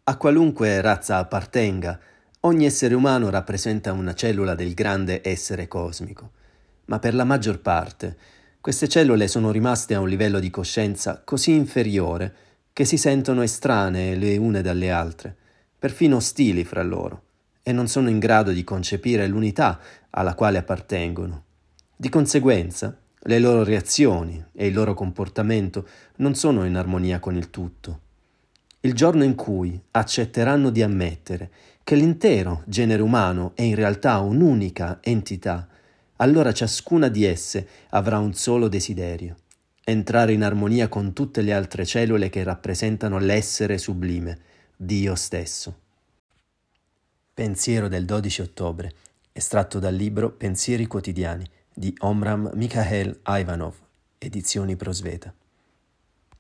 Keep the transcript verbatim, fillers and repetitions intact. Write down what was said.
A qualunque razza appartenga, ogni essere umano rappresenta una cellula del grande essere cosmico, ma per la maggior parte queste cellule sono rimaste a un livello di coscienza così inferiore che si sentono estranee le une dalle altre, perfino ostili fra loro, e non sono in grado di concepire l'unità alla quale appartengono. Di conseguenza, le loro reazioni e il loro comportamento non sono in armonia con il tutto. Il giorno in cui accetteranno di ammettere che l'intero genere umano è in realtà un'unica entità, allora ciascuna di esse avrà un solo desiderio: entrare in armonia con tutte le altre cellule che rappresentano l'essere sublime, Dio stesso. Pensiero del dodici ottobre, estratto dal libro Pensieri quotidiani di Omram Mikhail Ivanov, edizioni Prosveta.